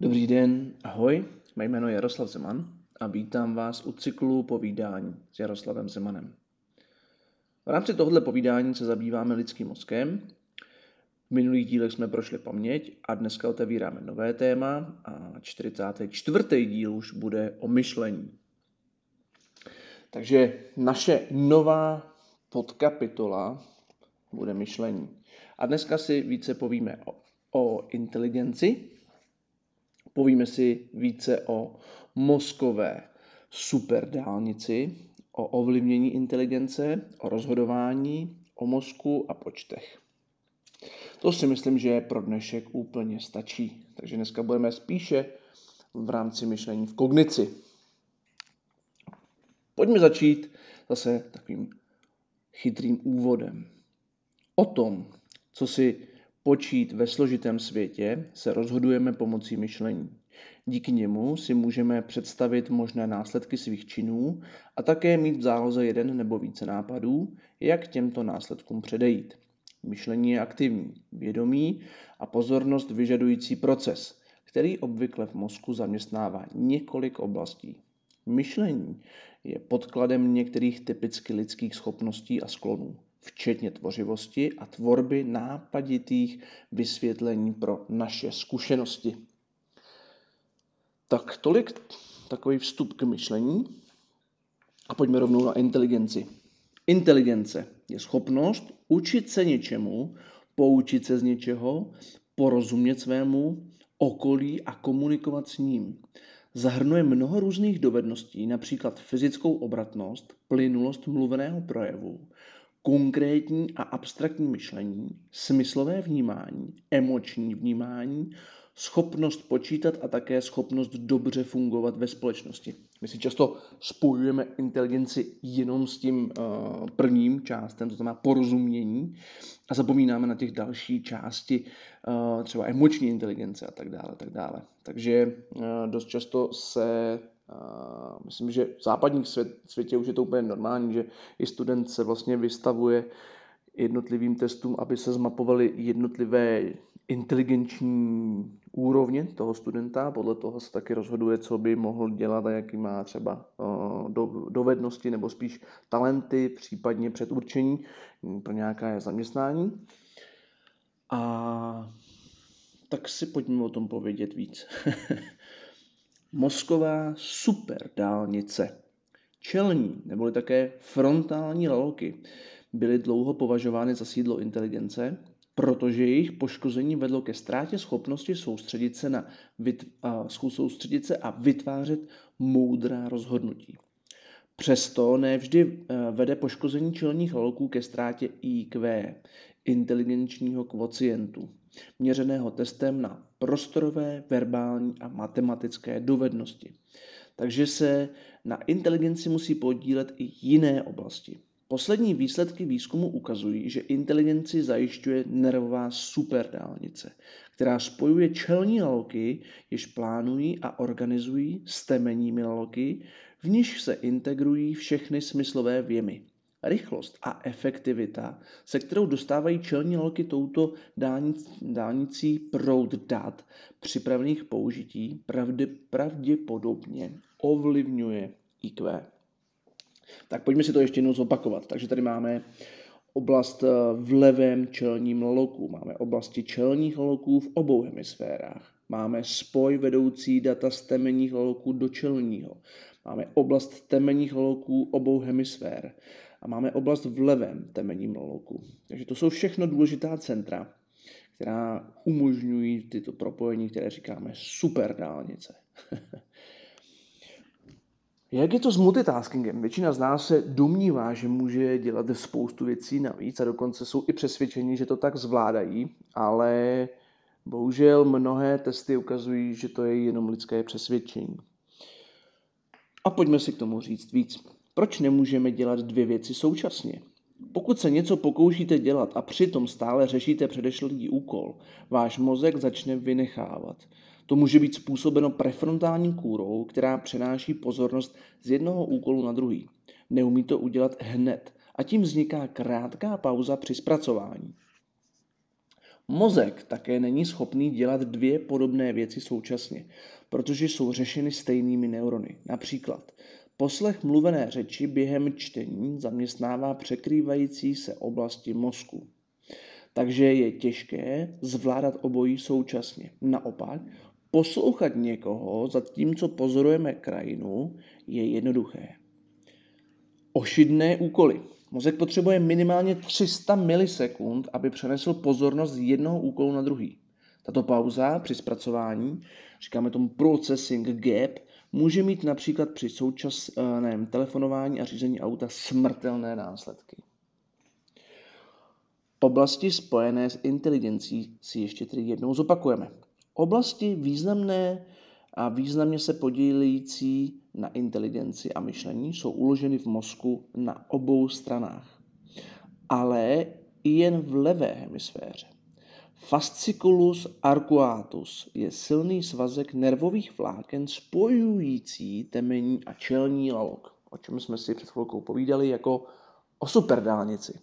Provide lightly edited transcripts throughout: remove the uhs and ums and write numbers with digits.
Dobrý den, ahoj, mé jméno je Jaroslav Zeman a vítám vás u cyklu povídání s Jaroslavem Zemanem. V rámci tohoto povídání se zabýváme lidským mozkem. V minulých dílech jsme prošli paměť a dneska otevíráme nové téma a 44. díl už bude o myšlení. Takže naše nová podkapitola bude myšlení. A dneska si více povíme o inteligenci. Povíme si více o mozkové superdálnici, o ovlivnění inteligence, o rozhodování, o mozku a počtech. To si myslím, že pro dnešek úplně stačí. Takže dneska budeme spíše v rámci myšlení v kognici. Pojďme začít zase takovým chytrým úvodem. O tom, co si počít ve složitém světě, se rozhodujeme pomocí myšlení. Díky němu si můžeme představit možné následky svých činů a také mít v záloze jeden nebo více nápadů, jak těmto následkům předejít. Myšlení je aktivní, vědomý a pozornost vyžadující proces, který obvykle v mozku zaměstnává několik oblastí. Myšlení je podkladem některých typicky lidských schopností a sklonů, včetně tvořivosti a tvorby nápaditých vysvětlení pro naše zkušenosti. Tak tolik takový vstup k myšlení a pojďme rovnou na inteligenci. Inteligence je schopnost učit se něčemu, poučit se z něčeho, porozumět svému okolí a komunikovat s ním. Zahrnuje mnoho různých dovedností, například fyzickou obratnost, plynulost mluveného projevu, konkrétní a abstraktní myšlení, smyslové vnímání, emoční vnímání, schopnost počítat a také schopnost dobře fungovat ve společnosti. My si často spojujeme inteligenci jenom s tím prvním částem, to znamená porozumění, a zapomínáme na těch další části, třeba emoční inteligence a tak dále. Takže dost často myslím, že v západním světě už je to úplně normální, že i student se vlastně vystavuje jednotlivým testům, aby se zmapovaly jednotlivé inteligenční úrovně toho studenta. Podle toho se taky rozhoduje, co by mohl dělat a jaký má třeba dovednosti nebo spíš talenty, případně předurčení pro nějaké zaměstnání. A tak si pojďme o tom povědět víc. Mozková superdálnice. Čelní, neboli také frontální lalky byly dlouho považovány za sídlo inteligence, protože jejich poškození vedlo ke ztrátě schopnosti soustředit se a vytvářet moudrá rozhodnutí. Přesto ne vždy vede poškození čelních laloků ke ztrátě IQ, inteligenčního kvocientu, měřeného testem na prostorové, verbální a matematické dovednosti. Takže se na inteligenci musí podílet i jiné oblasti. Poslední výsledky výzkumu ukazují, že inteligenci zajišťuje nervová superdálnice, která spojuje čelní laloky, jež plánují a organizují s temenními laloky, v níž se integrují všechny smyslové vjemy. Rychlost a efektivita, se kterou dostávají čelní laloky touto dálnicí proud dat připravených použití, pravděpodobně ovlivňuje IQ. Tak pojďme si to ještě jednou zopakovat. Takže tady máme oblast v levém čelním laloku. Máme oblasti čelních laloků v obou hemisférách. Máme spoj vedoucí data z temenních laloků do čelního. Máme oblast temenních laloků obou hemisfér. A máme oblast v levém temenním laloku. Takže to jsou všechno důležitá centra, která umožňují tyto propojení, které říkáme superdálnice. Jak je to s multitaskingem? Většina z nás se domnívá, že může dělat spoustu věcí navíc a dokonce jsou i přesvědčeni, že to tak zvládají, ale bohužel mnohé testy ukazují, že to je jenom lidské přesvědčení. A pojďme si k tomu říct víc. Proč nemůžeme dělat dvě věci současně? Pokud se něco pokoušíte dělat a přitom stále řešíte předešlý úkol, váš mozek začne vynechávat. To může být způsobeno prefrontální kůrou, která přenáší pozornost z jednoho úkolu na druhý. Neumí to udělat hned a tím vzniká krátká pauza při zpracování. Mozek také není schopný dělat dvě podobné věci současně, protože jsou řešeny stejnými neurony. Například poslech mluvené řeči během čtení zaměstnává překrývající se oblasti mozku. Takže je těžké zvládat obojí současně. Naopak, poslouchat někoho, zatímco pozorujeme krajinu, je jednoduché. Ošidné úkoly. Mozek potřebuje minimálně 300 milisekund, aby přenesl pozornost z jednoho úkolu na druhý. Tato pauza při zpracování, říkáme tomu processing gap, může mít například při současném telefonování a řízení auta smrtelné následky. Oblasti spojené s inteligencí si ještě tedy jednou zopakujeme. Oblasti významné a významně se podílející na inteligenci a myšlení jsou uloženy v mozku na obou stranách, ale i jen v levé hemisféře. Fasciculus arcuatus je silný svazek nervových vláken spojující temenní a čelní lalok, o čem jsme si před chvilkou povídali jako o superdálnici.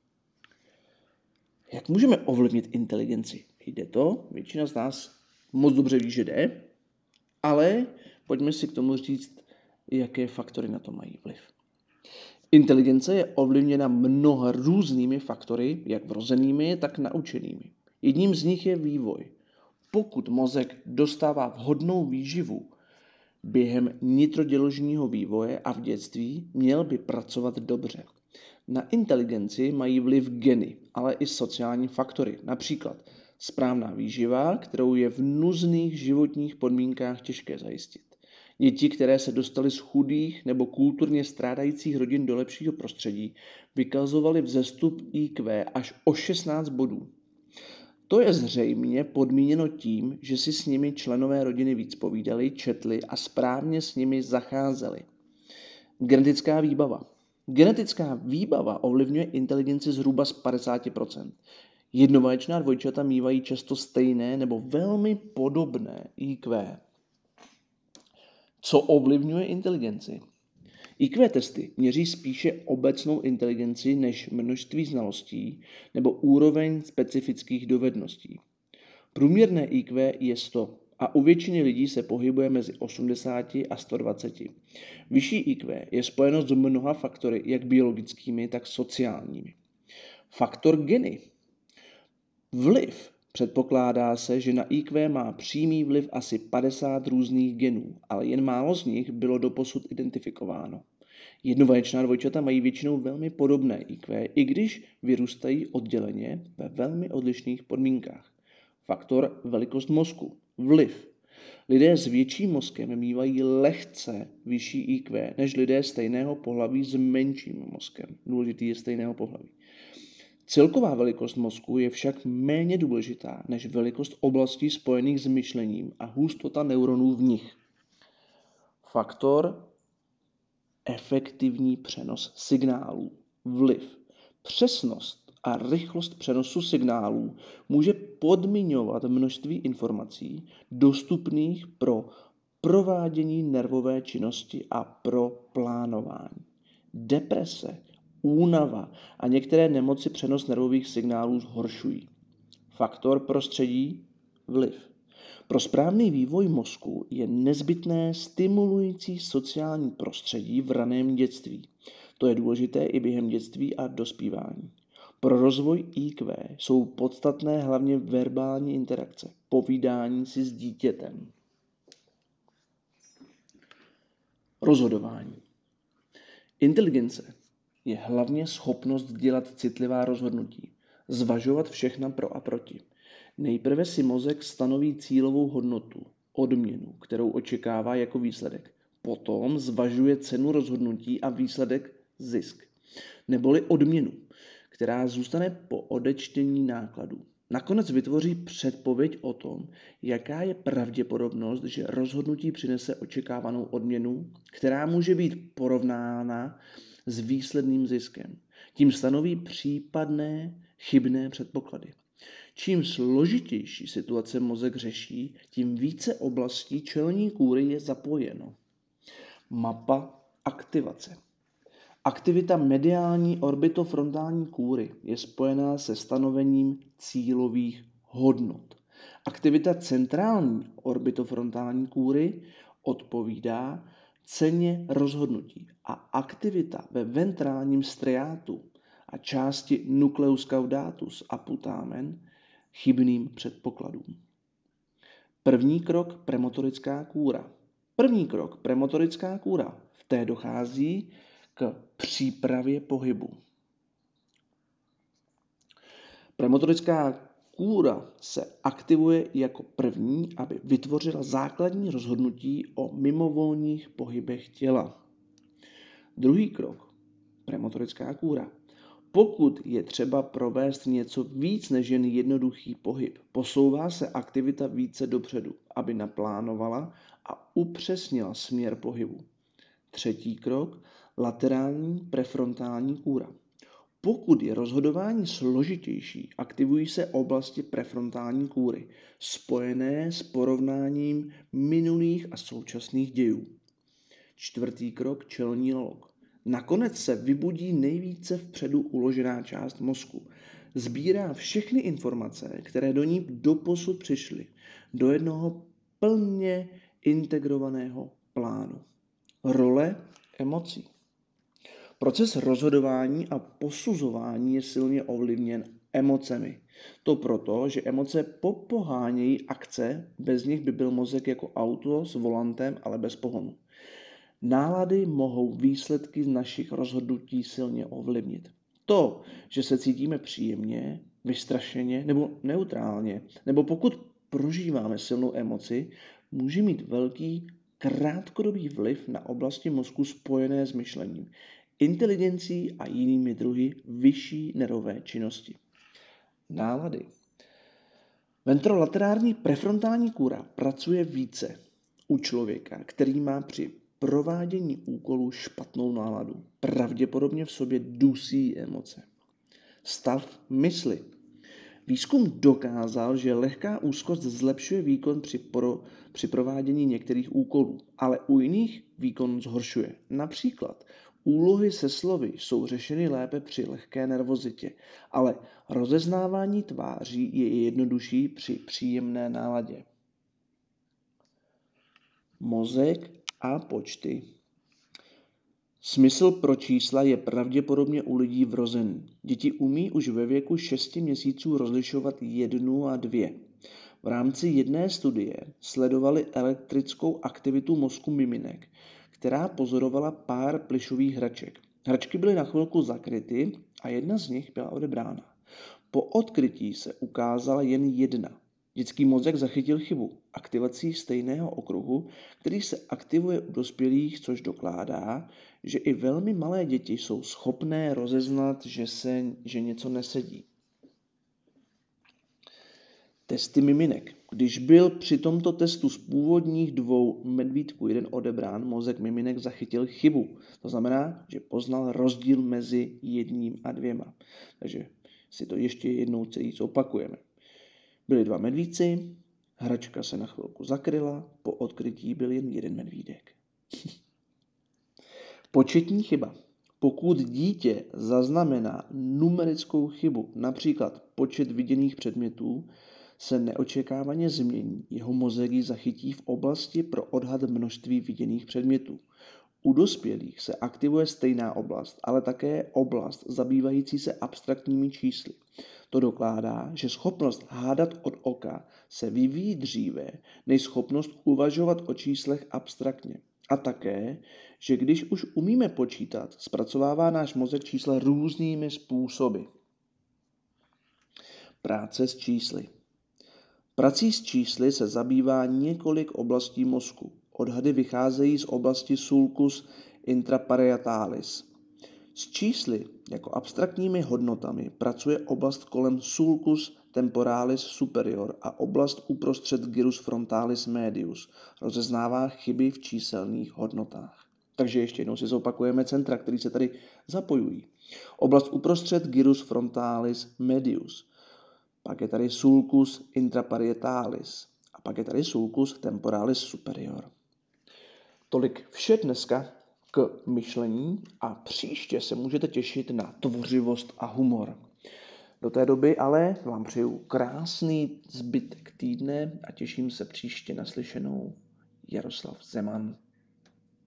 Jak můžeme ovlivnit inteligenci? Jde to, většina z nás moc dobře ví, že jde, ale pojďme si k tomu říct, jaké faktory na to mají vliv. Inteligence je ovlivněna mnoha různými faktory, jak vrozenými, tak naučenými. Jedním z nich je vývoj. Pokud mozek dostává vhodnou výživu během nitroděložního vývoje a v dětství, měl by pracovat dobře. Na inteligenci mají vliv geny, ale i sociální faktory, například správná výživa, kterou je v nuzných životních podmínkách těžké zajistit. Děti, které se dostaly z chudých nebo kulturně strádajících rodin do lepšího prostředí, vykazovaly vzestup IQ až o 16 bodů. To je zřejmě podmíněno tím, že si s nimi členové rodiny víc povídali, četli a správně s nimi zacházeli. Genetická výbava. Genetická výbava ovlivňuje inteligenci zhruba z 50%. Jednovaječná dvojčata mívají často stejné nebo velmi podobné IQ. Co ovlivňuje inteligenci? IQ testy měří spíše obecnou inteligenci než množství znalostí nebo úroveň specifických dovedností. Průměrné IQ je 100 a u většiny lidí se pohybuje mezi 80 a 120. Vyšší IQ je spojeno s mnoha faktory, jak biologickými, tak sociálními. Faktor geny. Vliv. Předpokládá se, že na IQ má přímý vliv asi 50 různých genů, ale jen málo z nich bylo doposud identifikováno. Jednovaječná dvojčata mají většinou velmi podobné IQ, i když vyrůstají odděleně ve velmi odlišných podmínkách. Faktor velikost mozku. Vliv. Lidé s větším mozkem mívají lehce vyšší IQ než lidé stejného pohlaví s menším mozkem. Důležitý je stejného pohlaví. Celková velikost mozku je však méně důležitá než velikost oblastí spojených s myšlením a hustota neuronů v nich. Faktor efektivní přenos signálů. Vliv. Přesnost a rychlost přenosu signálů může podmiňovat množství informací dostupných pro provádění nervové činnosti a pro plánování. Deprese, únava a některé nemoci přenos nervových signálů zhoršují. Faktor prostředí, vliv. Pro správný vývoj mozku je nezbytné stimulující sociální prostředí v raném dětství. To je důležité i během dětství a dospívání. Pro rozvoj IQ jsou podstatné hlavně verbální interakce, povídání si s dítětem. Rozhodování. Inteligence je hlavně schopnost dělat citlivá rozhodnutí, zvažovat všechna pro a proti. Nejprve si mozek stanoví cílovou hodnotu, odměnu, kterou očekává jako výsledek. Potom zvažuje cenu rozhodnutí a výsledek zisk, neboli odměnu, která zůstane po odečtení nákladů. Nakonec vytvoří předpověď o tom, jaká je pravděpodobnost, že rozhodnutí přinese očekávanou odměnu, která může být porovnána s výsledným ziskem. Tím stanoví případné chybné předpoklady. Čím složitější situace mozek řeší, tím více oblastí čelní kůry je zapojeno. Mapa aktivace. Aktivita mediální orbitofrontální kůry je spojená se stanovením cílových hodnot. Aktivita centrální orbitofrontální kůry odpovídá ceně rozhodnutí a aktivita ve ventrálním striátu a části nucleus caudatus a putamen chybným předpokladům. První krok premotorická kůra. V té dochází k přípravě pohybu. Premotorická kůra se aktivuje jako první, aby vytvořila základní rozhodnutí o mimovolních pohybech těla. Druhý krok, premotorická kůra. Pokud je třeba provést něco víc než jen jednoduchý pohyb, posouvá se aktivita více dopředu, aby naplánovala a upřesnila směr pohybu. Třetí krok, laterální prefrontální kůra. Pokud je rozhodování složitější, aktivují se oblasti prefrontální kůry, spojené s porovnáním minulých a současných dějů. Čtvrtý krok, čelní lalok. Nakonec se vybudí nejvíce vpředu uložená část mozku. Sbírá všechny informace, které do ní doposud přišly, do jednoho plně integrovaného plánu. Role emocí. Proces rozhodování a posuzování je silně ovlivněn emocemi. To proto, že emoce popohánějí akce, bez nich by byl mozek jako auto s volantem, ale bez pohonu. Nálady mohou výsledky z našich rozhodnutí silně ovlivnit. To, že se cítíme příjemně, vystrašeně nebo neutrálně, nebo pokud prožíváme silnou emoci, může mít velký krátkodobý vliv na oblasti mozku spojené s myšlením, inteligencí a jinými druhy vyšší nervové činnosti. Nálady. Ventrolaterální prefrontální kůra pracuje více u člověka, který má při provádění úkolů špatnou náladu. Pravděpodobně v sobě dusí emoce. Stav mysli. Výzkum dokázal, že lehká úzkost zlepšuje výkon při provádění některých úkolů, ale u jiných výkon zhoršuje. Například úlohy se slovy jsou řešeny lépe při lehké nervozitě, ale rozeznávání tváří je jednodušší při příjemné náladě. Mozek a počty. Smysl pro čísla je pravděpodobně u lidí vrozený. Děti umí už ve věku 6 měsíců rozlišovat 1 a 2. V rámci jedné studie sledovali elektrickou aktivitu mozku miminek, která pozorovala pár plyšových hraček. Hračky byly na chvilku zakryty a jedna z nich byla odebrána. Po odkrytí se ukázala jen 1. Dětský mozek zachytil chybu aktivací stejného okruhu, který se aktivuje u dospělých, což dokládá, že i velmi malé děti jsou schopné rozeznat, že něco nesedí. Testy miminek. Když byl při tomto testu z původních 2 medvídků jeden odebrán, mozek miminek zachytil chybu. To znamená, že poznal rozdíl mezi 1 a 2. Takže si to ještě jednou celý zopakujeme. Byli 2 medvídci, hračka se na chvilku zakryla, po odkrytí byl jen 1 medvídek. Početní chyba. Pokud dítě zaznamená numerickou chybu, například počet viděných předmětů, se neočekávaně změní. Jeho mozek ji zachytí v oblasti pro odhad množství viděných předmětů. U dospělých se aktivuje stejná oblast, ale také oblast zabývající se abstraktními čísly. To dokládá, že schopnost hádat od oka se vyvíjí dříve než schopnost uvažovat o číslech abstraktně. A také, že když už umíme počítat, zpracovává náš mozek čísla různými způsoby. Práce s čísly. Prací s čísly se zabývá několik oblastí mozku. Odhady vycházejí z oblasti sulcus intraparietalis. S čísly jako abstraktními hodnotami pracuje oblast kolem sulcus temporalis superior a oblast uprostřed gyrus frontalis medius. Rozeznává chyby v číselných hodnotách. Takže ještě jednou si zopakujeme centra, které se tady zapojují. Oblast uprostřed gyrus frontalis medius. Pak je tady sulcus intraparietalis a pak je tady sulcus temporalis superior. Tolik vše dneska k myšlení a příště se můžete těšit na tvořivost a humor. Do té doby ale vám přeju krásný zbytek týdne a těším se příště naslyšenou. Jaroslav Zeman.